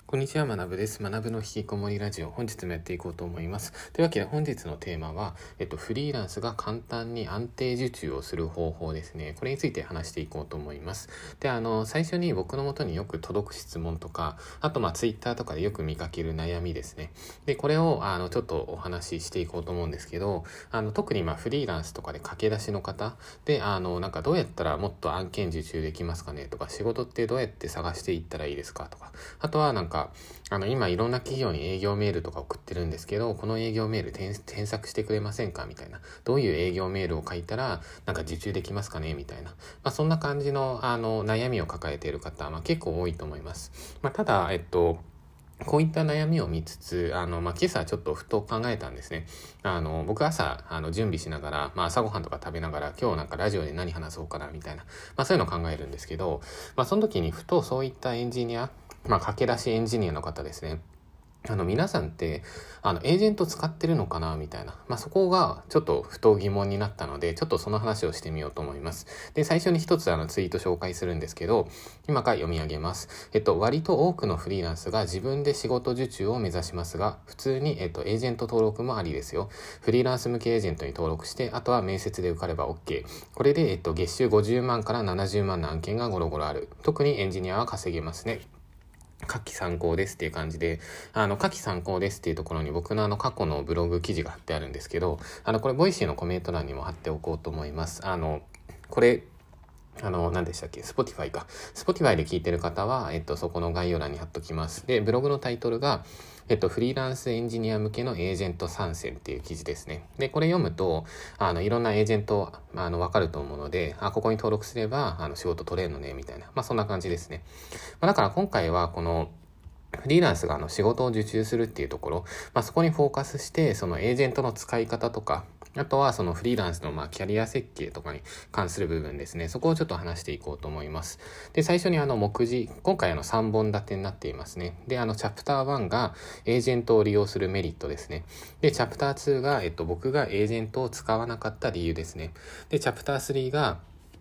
こんにちは、学部です。学部の引きこもりラジオ、本日もやっていこうと思います。というわけで本日のテーマは、フリーランスが簡単に安定受注をする方法ですね。これについて話していこうと思います。で、最初に僕の元によく届く質問とか、あと、ツイッターとかでよく見かける悩みですね。で、これを、ちょっとお話ししていこうと思うんですけど、特にフリーランスとかで駆け出しの方で、どうやったらもっと案件受注できますかねとか、仕事ってどうやって探していったらいいですかとか、あとは今いろんな企業に営業メールとか送ってるんですけど、この営業メール添削してくれませんかみたいな。どういう営業メールを書いたら、受注できますかねみたいな。そんな感じの、悩みを抱えている方、結構多いと思います。ただ、こういった悩みを見つつ、今朝ちょっとふと考えたんですね。僕朝、準備しながら、朝ごはんとか食べながら、今日ラジオで何話そうかな、みたいな。そういうのを考えるんですけど、その時にふとそういったエンジニア、駆け出しエンジニアの方ですね。皆さんって、エージェント使ってるのかなみたいな。そこがちょっとふと疑問になったので、ちょっとその話をしてみようと思います。で、最初に一つツイート紹介するんですけど、今から読み上げます。割と多くのフリーランスが自分で仕事受注を目指しますが、普通に、エージェント登録もありですよ。フリーランス向けエージェントに登録して、あとは面接で受かれば OK。これで、月収50万から70万の案件がゴロゴロある。特にエンジニアは稼げますね。下記参考ですっていう感じで、下記参考ですっていうところに僕の過去のブログ記事が貼ってあるんですけど、これボイシーのコメント欄にも貼っておこうと思います。これ、何でしたっけ？ Spotify か。Spotify で聞いてる方は、そこの概要欄に貼っときます。で、ブログのタイトルが、フリーランスエンジニア向けのエージェント参戦っていう記事ですね。で、これ読むと、いろんなエージェント、わかると思うので、ここに登録すれば、仕事取れるのね、みたいな。そんな感じですね。だから今回は、この、フリーランスが仕事を受注するっていうところ、そこにフォーカスして、そのエージェントの使い方とか、あとはそのフリーランスのキャリア設計とかに関する部分ですね。そこをちょっと話していこうと思います。で、最初に目次、今回3本立てになっていますね。で、チャプター1がエージェントを利用するメリットですね。で、チャプター2が、僕がエージェントを使わなかった理由ですね。で、チャプター3が、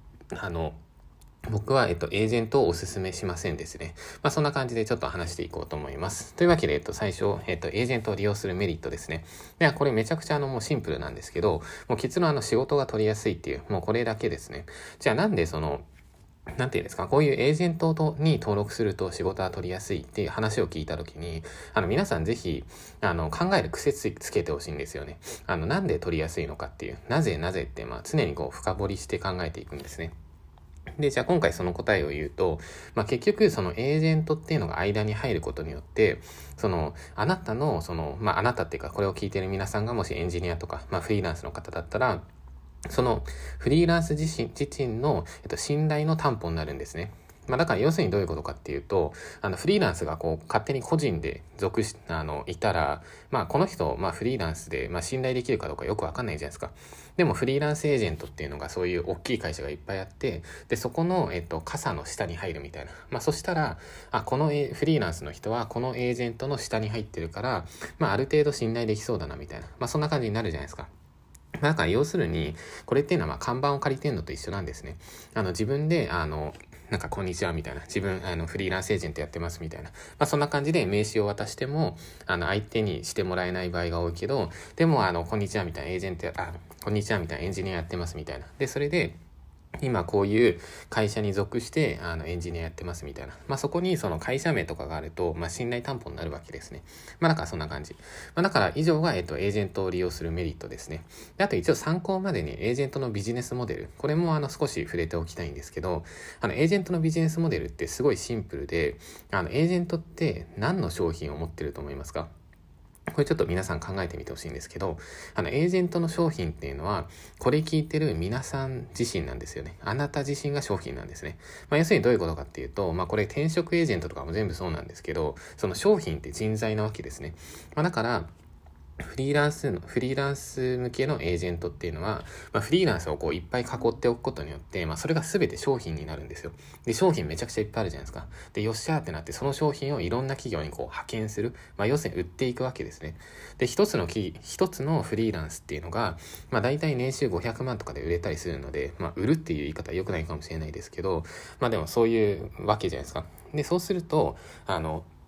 僕は、エージェントをお勧めしませんですね。そんな感じでちょっと話していこうと思います。というわけで、最初、エージェントを利用するメリットですね。では、これめちゃくちゃもうシンプルなんですけど、もう結論仕事が取りやすいっていう、もうこれだけですね。じゃあなんでなんていうんですか、こういうエージェントに登録すると仕事は取りやすいっていう話を聞いたときに、皆さんぜひ、考える癖つけてほしいんですよね。なんで取りやすいのかっていう、なぜって、常に深掘りして考えていくんですね。で、じゃあ今回その答えを言うと、結局そのエージェントっていうのが間に入ることによって、あなたのあなたっていうかこれを聞いてる皆さんがもしエンジニアとか、フリーランスの方だったら、そのフリーランス自身の、信頼の担保になるんですね。だから要するにどういうことかっていうと、フリーランスが勝手に個人でいたら、この人、フリーランスで、信頼できるかどうかよくわかんないじゃないですか。でもフリーランスエージェントっていうのがそういう大きい会社がいっぱいあって、で、そこの、傘の下に入るみたいな。そしたら、このフリーランスの人はこのエージェントの下に入ってるから、ある程度信頼できそうだなみたいな。そんな感じになるじゃないですか。だから要するに、これっていうのは看板を借りてるのと一緒なんですね。自分で、こんにちはみたいな。自分、フリーランスエージェントやってますみたいな。そんな感じで名刺を渡しても、相手にしてもらえない場合が多いけど、でも、こんにちはみたいなエージェントこんにちはみたいなエンジニアやってますみたいな。で、それで、今こういう会社に属してエンジニアやってますみたいな。そこにその会社名とかがあると、信頼担保になるわけですね。だからそんな感じ。だから以上がエージェントを利用するメリットですね。であと一応参考までにエージェントのビジネスモデル。これも少し触れておきたいんですけど、エージェントのビジネスモデルってすごいシンプルで、エージェントって何の商品を持ってると思いますか？これちょっと皆さん考えてみてほしいんですけど、エージェントの商品っていうのは、これ聞いてる皆さん自身なんですよね。あなた自身が商品なんですね。要するにどういうことかっていうと、これ転職エージェントとかも全部そうなんですけど、その商品って人材なわけですね。だから、フリーランス向けのエージェントっていうのは、フリーランスをいっぱい囲っておくことによって、それが全て商品になるんですよ。で、商品めちゃくちゃいっぱいあるじゃないですか。で、よっしゃーってなって、その商品をいろんな企業に派遣する。要するに売っていくわけですね。で、一つのフリーランスっていうのが、大体年収500万とかで売れたりするので、売るっていう言い方は良くないかもしれないですけど、でもそういうわけじゃないですか。で、そうすると、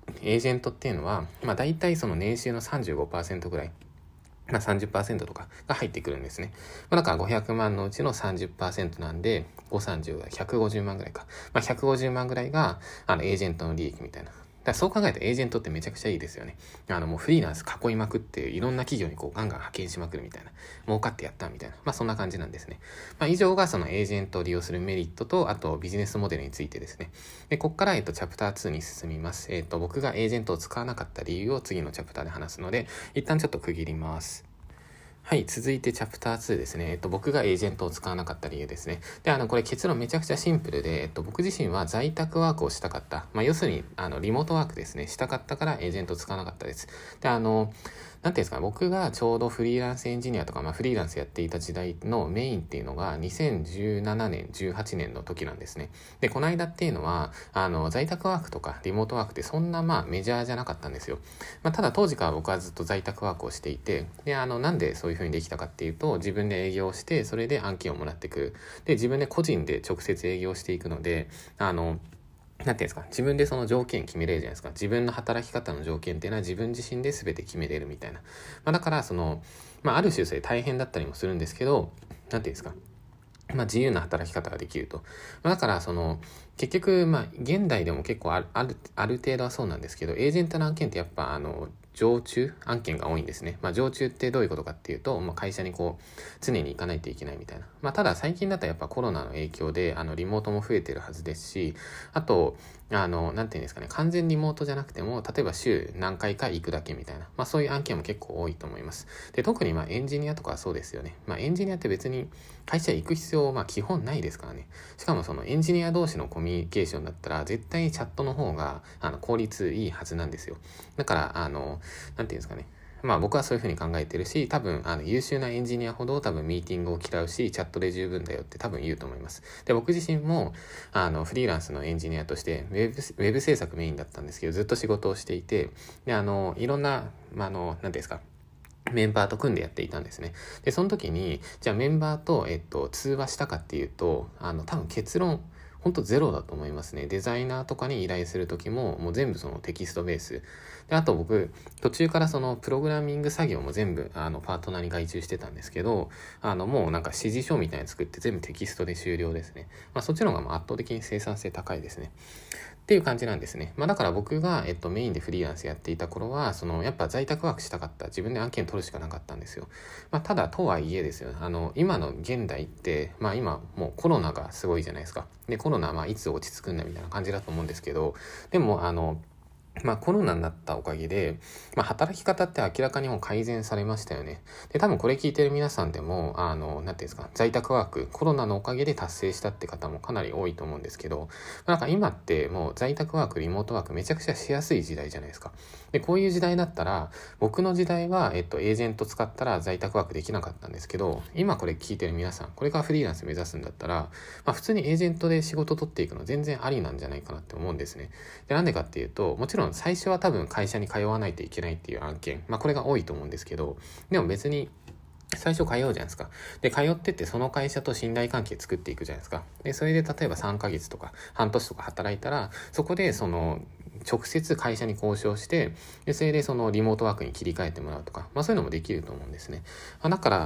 エージェントっていうのは、大体その年収の35%ぐらい、30% とかが入ってくるんですね。だから500万のうちの 30% なんで、530が150万ぐらいか。150万ぐらいが、エージェントの利益みたいな。だからそう考えたらエージェントってめちゃくちゃいいですよね。もうフリーランス囲いまくって、いろんな企業にこうガンガン派遣しまくるみたいな。儲かってやったみたいな。そんな感じなんですね。以上がそのエージェントを利用するメリットと、あとビジネスモデルについてですね。で、ここから、チャプター2に進みます。僕がエージェントを使わなかった理由を次のチャプターで話すので、一旦ちょっと区切ります。はい、続いてチャプター2ですね。僕がエージェントを使わなかった理由ですね。で、これ結論めちゃくちゃシンプルで、僕自身は在宅ワークをしたかった。要するに、リモートワークですね。したかったからエージェントを使わなかったです。で、なんていうんですか、僕がちょうどフリーランスエンジニアとか、フリーランスやっていた時代のメインっていうのが2017年、18年の時なんですね。で、この間っていうのは、在宅ワークとかリモートワークってそんなメジャーじゃなかったんですよ。ただ当時から僕はずっと在宅ワークをしていて、で、なんでそういう風にできたかっていうと、自分で営業して、それで案件をもらってくる。で、自分で個人で直接営業していくので、なんていうんですか、自分でその条件決めれるじゃないですか。自分の働き方の条件っていうのは自分自身で全て決めれるみたいな。だからある種それ大変だったりもするんですけど、なんていうんですか、自由な働き方ができると。だから結局現代でも結構ある程度はそうなんですけど、エージェントの案件ってやっぱ常駐案件が多いんですね。常駐ってどういうことかっていうと、会社にこう常に行かないといけないみたいな。ただ最近だとやっぱコロナの影響でリモートも増えてるはずですし、あとなんていうんですかね、完全リモートじゃなくても、例えば週何回か行くだけみたいな、そういう案件も結構多いと思います。で、特にエンジニアとかはそうですよね。エンジニアって別に会社行く必要基本ないですからね。しかもそのエンジニア同士のコミュニケーションだったら絶対にチャットの方が効率いいはずなんですよ。だからなんていうんですかね、僕はそういうふうに考えてるし、多分優秀なエンジニアほど多分ミーティングを嫌うし、チャットで十分だよって多分言うと思います。で、僕自身もフリーランスのエンジニアとしてウェブ制作メインだったんですけど、ずっと仕事をしていて、でいろんななんていうんですか、メンバーと組んでやっていたんですね。で、その時に、じゃあメンバーと、通話したかっていうと、多分結論、ほんとゼロだと思いますね。デザイナーとかに依頼する時も、もう全部そのテキストベース。で、あと僕、途中からそのプログラミング作業も全部、パートナーに外注してたんですけど、もうなんか指示書みたいに作って全部テキストで終了ですね。そっちの方が圧倒的に生産性高いですね。っていう感じなんですね。だから僕が、メインでフリーランスやっていた頃は、やっぱ在宅ワークしたかった。自分で案件取るしかなかったんですよ。ただ、とはいえですよ。今の現代って、今もうコロナがすごいじゃないですか。で、コロナいつ落ち着くんだみたいな感じだと思うんですけど、でも、コロナになったおかげで、働き方って明らかにもう改善されましたよね。で、多分これ聞いてる皆さんでも、なんていうんですか、在宅ワーク、コロナのおかげで達成したって方もかなり多いと思うんですけど、なんか今ってもう在宅ワーク、リモートワークめちゃくちゃしやすい時代じゃないですか。で、こういう時代だったら、僕の時代は、エージェント使ったら在宅ワークできなかったんですけど、今これ聞いてる皆さん、これからフリーランス目指すんだったら、普通にエージェントで仕事取っていくの全然ありなんじゃないかなって思うんですね。で、なんでかっていうと、もちろん最初は多分会社に通わないといけないっていう案件、これが多いと思うんですけど、でも別に最初通うじゃないですか。で、通ってってその会社と信頼関係作っていくじゃないですか。で、それで例えば3ヶ月とか半年とか働いたら、そこで直接会社に交渉して、で、それでリモートワークに切り替えてもらうとか、そういうのもできると思うんですね。だから、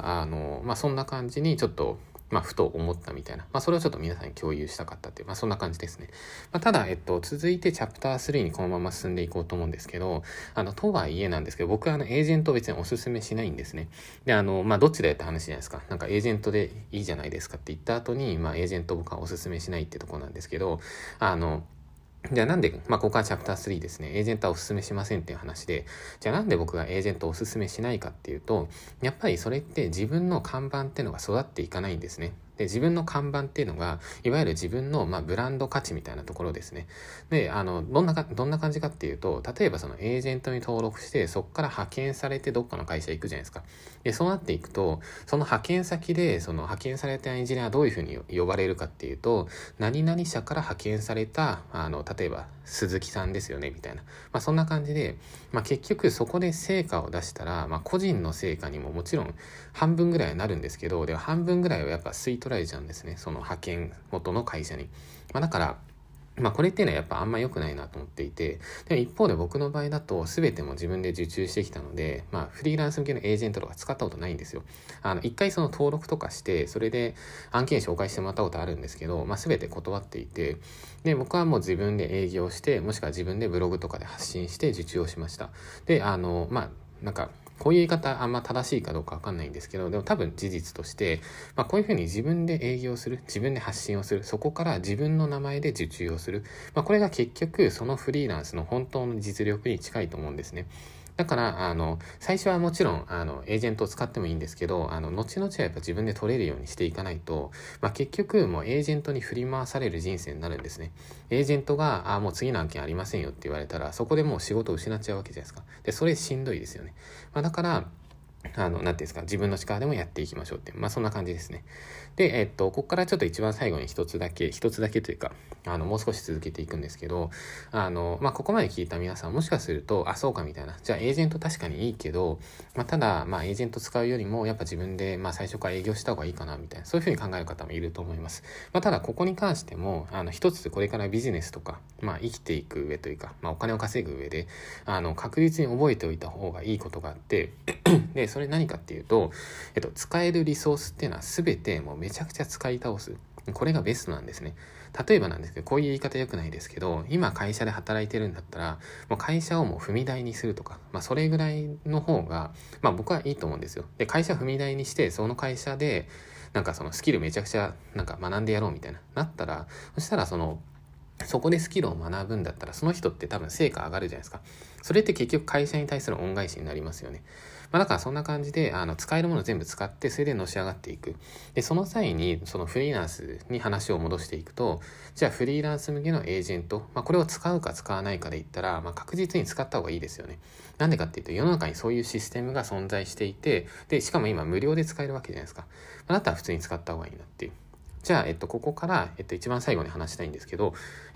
そんな感じにちょっと、ふと思ったみたいな。それをちょっと皆さんに共有したかったっていう、そんな感じですね。ただ、続いてチャプター3にこのまま進んでいこうと思うんですけど、とはいえなんですけど、僕はエージェントを別にお勧めしないんですね。で、どっちだよって話じゃないですか。なんかエージェントでいいじゃないですかって言った後に、エージェント僕はお勧めしないってところなんですけど、じゃあなんで、ここはチャプター3ですね。エージェントはお勧めしませんっていう話で、じゃあなんで僕がエージェントをお勧めしないかっていうと、やっぱりそれって自分の看板っていうのが育っていかないんですね。で、自分の看板っていうのが、いわゆる自分の、ブランド価値みたいなところですね。で、どんな感じかっていうと、例えばそのエージェントに登録して、そこから派遣されてどっかの会社行くじゃないですか。で、そうなっていくと、その派遣先で、その派遣されたエンジニアはどういうふうに呼ばれるかっていうと、何々社から派遣された、例えば、鈴木さんですよね、みたいな。そんな感じで、結局そこで成果を出したら、個人の成果にももちろん半分ぐらいはなるんですけど、でも半分ぐらいはやっぱ吸い取られちゃうんですね。その派遣元の会社に。だから、 これっていうのはやっぱあんま良くないなと思っていて、でも一方で僕の場合だと全ても自分で受注してきたので、フリーランス向けのエージェントとか使ったことないんですよ。一回その登録とかして、それで案件紹介してもらったことあるんですけど、全て断っていて、で、僕はもう自分で営業して、もしくは自分でブログとかで発信して受注をしました。で、なんか、こういう言い方あんま正しいかどうかわかんないんですけど、でも多分事実として、こういうふうに自分で営業する、自分で発信をする、そこから自分の名前で受注をする。これが結局そのフリーランスの本当の実力に近いと思うんですね。だから、最初はもちろん、エージェントを使ってもいいんですけど、後々はやっぱ自分で取れるようにしていかないと、結局、もうエージェントに振り回される人生になるんですね。エージェントが、もう次の案件ありませんよって言われたら、そこでもう仕事を失っちゃうわけじゃないですか。で、それしんどいですよね。だから、なんていうんですか、自分の力でもやっていきましょうっていう、そんな感じですね。で、ここからちょっと一番最後に一つだけというか、もう少し続けていくんですけど、ここまで聞いた皆さんもしかすると、そうかみたいな。じゃあエージェント確かにいいけど、ただ、エージェント使うよりも、やっぱ自分で、最初から営業した方がいいかな、みたいな、そういうふうに考える方もいると思います。ただ、ここに関しても、一つこれからビジネスとか、生きていく上というか、お金を稼ぐ上で、確実に覚えておいた方がいいことがあって、で、それ何かっていうと、使えるリソースっていうのは全てもうめちゃくちゃ使い倒す。これがベストなんですね。例えばなんですけど、こういう言い方良くないですけど、今会社で働いてるんだったら、もう会社をもう踏み台にするとか、それぐらいの方が、僕はいいと思うんですよ。で、会社踏み台にして、その会社で、そのスキルめちゃくちゃ学んでやろうみたいなったら、そしたらそこでスキルを学ぶんだったら、その人って多分成果上がるじゃないですか。それって結局会社に対する恩返しになりますよね。だからそんな感じで、使えるものを全部使って、それでのし上がっていく。で、その際に、そのフリーランスに話を戻していくと、じゃあフリーランス向けのエージェント、これを使うか使わないかで言ったら、確実に使った方がいいですよね。なんでかっていうと、世の中にそういうシステムが存在していて、で、しかも今無料で使えるわけじゃないですか。だったら普通に使った方がいいなっていう。じゃあ、ここから、一番最後に話したいんですけど、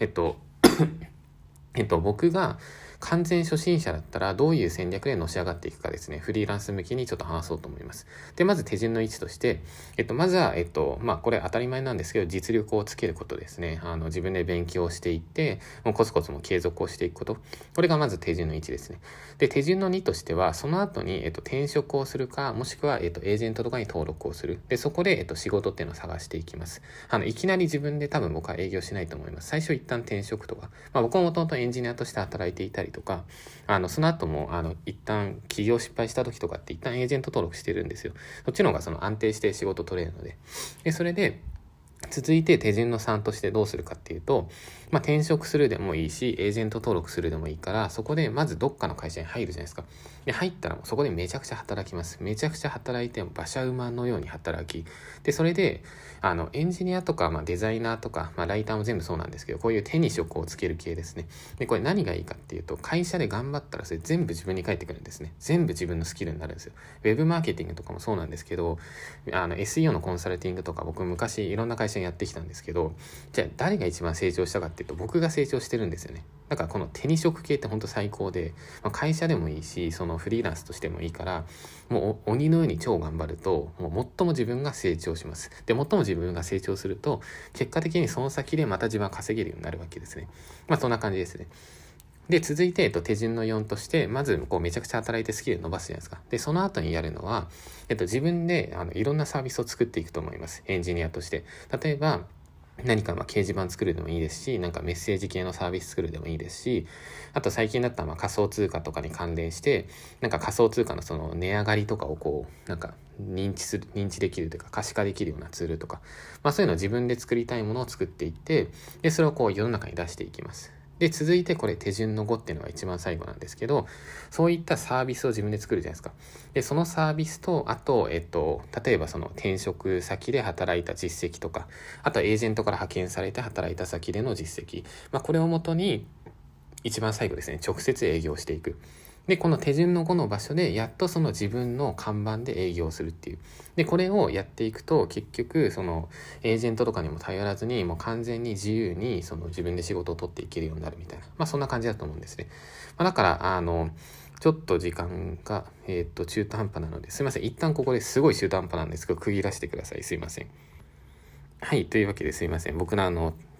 僕が完全初心者だったらどういう戦略でのし上がっていくかですね、フリーランス向けにちょっと話そうと思います。で、まず手順の1として、まずは、これ当たり前なんですけど、実力をつけることですね。自分で勉強していって、もうコツコツも継続をしていくこと。これがまず手順の1ですね。で、手順の2としては、その後に、転職をするか、もしくは、エージェントとかに登録をする。で、そこで、仕事っていうのを探していきます。いきなり自分で多分僕は営業しないと思います。最初一旦転職とか、僕はもともとエンジニアとして働いていたりとか、その後も、一旦起業失敗した時とかって一旦エージェント登録してるんですよ。そっちの方が安定して仕事取れるので。で、それで、続いて手順の3としてどうするかっていうと、転職するでもいいし、エージェント登録するでもいいから、そこでまずどっかの会社に入るじゃないですか。で、入ったらもうそこでめちゃくちゃ働きます。めちゃくちゃ働いて、馬車馬のように働き。で、それで、エンジニアとか、デザイナーとか、ライターも全部そうなんですけど、こういう手に職をつける系ですね。で、これ何がいいかっていうと、会社で頑張ったらそれ全部自分に返ってくるんですね。全部自分のスキルになるんですよ。ウェブマーケティングとかもそうなんですけど、SEO のコンサルティングとか僕昔いろんな会社にやってきたんですけど、じゃあ誰が一番成長したかっていうと僕が成長してるんですよね。だからこの手に職系って本当最高で、会社でもいいし、そのフリーランスとしてもいいから、もう鬼のように超頑張ると、もう最も自分が成長します。で、最も自分が成長すると、結果的にその先でまた自分は稼げるようになるわけですね。そんな感じですね。で、続いて、手順の4として、まず、めちゃくちゃ働いてスキル伸ばすじゃないですか。で、その後にやるのは、自分で、いろんなサービスを作っていくと思います。エンジニアとして。例えば、何か掲示板作るでもいいですし、メッセージ系のサービス作るでもいいですし、あと最近だったら仮想通貨とかに関連して、仮想通貨のその値上がりとかを認知できるというか可視化できるようなツールとか、そういうのを自分で作りたいものを作っていって、で、それを世の中に出していきます。で、続いてこれ手順の5っていうのが一番最後なんですけど、そういったサービスを自分で作るじゃないですか。で、そのサービスと、あと、例えばその転職先で働いた実績とか、あとはエージェントから派遣されて働いた先での実績。これをもとに、一番最後ですね、直接営業していく。で、この手順の5の場所で、やっとその自分の看板で営業するっていう。で、これをやっていくと、結局、その、エージェントとかにも頼らずに、もう完全に自由に、その自分で仕事を取っていけるようになるみたいな。そんな感じだと思うんですね。だから、ちょっと時間が、中途半端なので、すいません。一旦ここですごい中途半端なんですけど、区切らせてください。すいません。はい。というわけですいません。僕の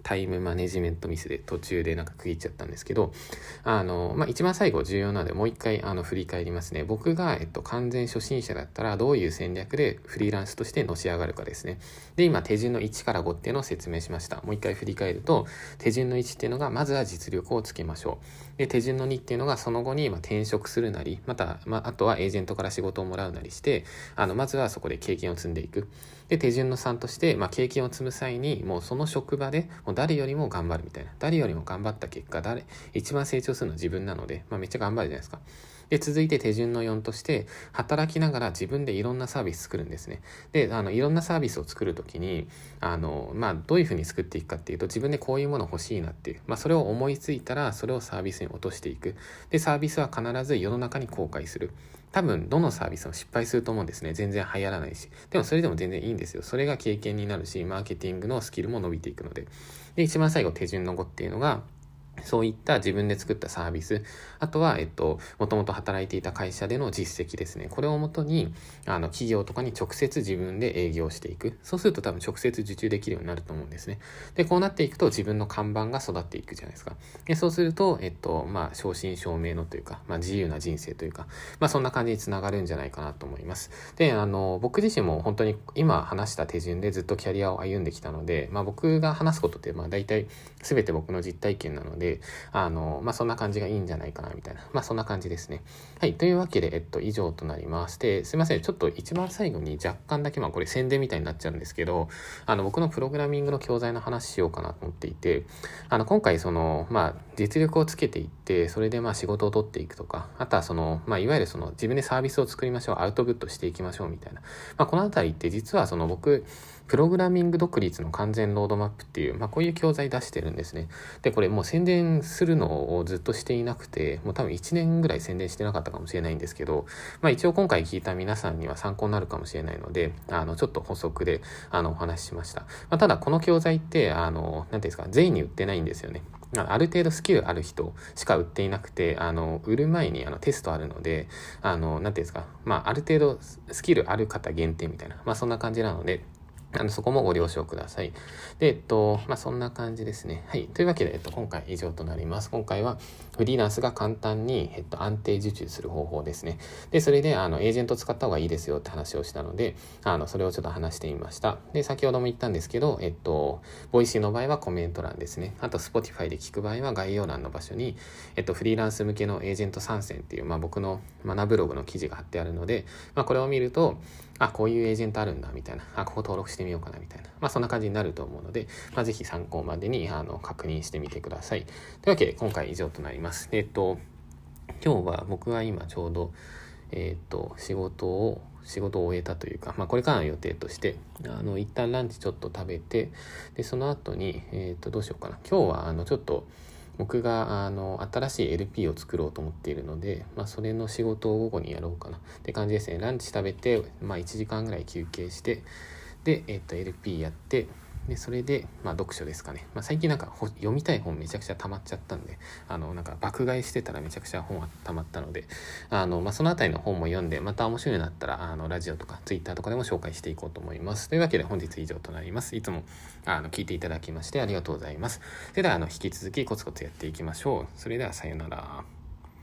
タイムマネジメントミスで途中で区切っちゃったんですけど、一番最後重要なのでもう一回振り返りますね。僕が、完全初心者だったらどういう戦略でフリーランスとしてのし上がるかですね。で、今手順の1から5っていうのを説明しました。もう一回振り返ると、手順の1っていうのがまずは実力をつけましょう。で、手順の2っていうのがその後に転職するなり、あとはエージェントから仕事をもらうなりして、まずはそこで経験を積んでいく。で、手順の3として、経験を積む際にもうその職場でもう誰よりも頑張るみたいな。誰よりも頑張った結果、一番成長するのは自分なので、めっちゃ頑張るじゃないですか。で、続いて手順の4として、働きながら自分でいろんなサービス作るんですね。で、いろんなサービスを作るときに、どういうふうに作っていくかっていうと、自分でこういうもの欲しいなっていう、それを思いついたら、それをサービスに落としていく。で、サービスは必ず世の中に公開する。多分、どのサービスも失敗すると思うんですね。全然流行らないし。でも、それでも全然いいんですよ。それが経験になるし、マーケティングのスキルも伸びていくので。で、一番最後、手順の5っていうのが、そういった自分で作ったサービス、あとは、もともと働いていた会社での実績ですね。これをもとに、企業とかに直接自分で営業していく。そうすると多分直接受注できるようになると思うんですね。で、こうなっていくと自分の看板が育っていくじゃないですか。で、そうすると、正真正銘のというか、自由な人生というか、そんな感じにつながるんじゃないかなと思います。で、僕自身も本当に今話した手順でずっとキャリアを歩んできたので、僕が話すことって、大体全て僕の実体験なので、そんな感じがいいんじゃないかなみたいな、そんな感じですね。はい、というわけで、以上となります。で、すいません、ちょっと一番最後に若干だけ、これ宣伝みたいになっちゃうんですけど、僕のプログラミングの教材の話しようかなと思っていて、今回実力をつけていって、それで仕事を取っていくとか、あとはいわゆる自分でサービスを作りましょう、アウトプットしていきましょうみたいな、このあたりって実は僕、プログラミング独立の完全ロードマップっていう、こういう教材出してるんですね。で、これもう宣伝するのをずっとしていなくて、もう多分1年ぐらい宣伝してなかったかもしれないんですけど、一応今回聞いた皆さんには参考になるかもしれないので、ちょっと補足で、お話ししました。ただ、この教材って、なんていうんですか、全員に売ってないんですよね。ある程度スキルある人しか売っていなくて、売る前にテストあるので、なんていうんですか、ある程度スキルある方限定みたいな、そんな感じなので、そこもご了承ください。で、そんな感じですね。はい。というわけで、今回以上となります。今回は、フリーランスが簡単に、安定受注する方法ですね。で、それで、エージェント使った方がいいですよって話をしたので、それをちょっと話してみました。で、先ほども言ったんですけど、ボイシーの場合はコメント欄ですね。あと、Spotify で聞く場合は概要欄の場所に、フリーランス向けのエージェント参戦っていう、僕の学ブログの記事が貼ってあるので、これを見ると、こういうエージェントあるんだみたいな、ここ登録してみようかなみたいな、そんな感じになると思うので、ぜひ参考までに確認してみてください。というわけで今回以上となります。今日は僕は今ちょうど仕事を終えたというか、これからの予定として一旦ランチちょっと食べて、でその後にどうしようかな。今日はちょっと僕が新しい LP を作ろうと思っているので、それの仕事を午後にやろうかなって感じですね。ランチ食べて、1時間ぐらい休憩して、で、LP やって、で、それで、読書ですかね。最近読みたい本めちゃくちゃ溜まっちゃったんで、爆買いしてたらめちゃくちゃ本は溜まったので、そのあたりの本も読んで、また面白いなったら、ラジオとか Twitter とかでも紹介していこうと思います。というわけで本日以上となります。いつも、聞いていただきましてありがとうございます。それでは、引き続きコツコツやっていきましょう。それでは、さようなら。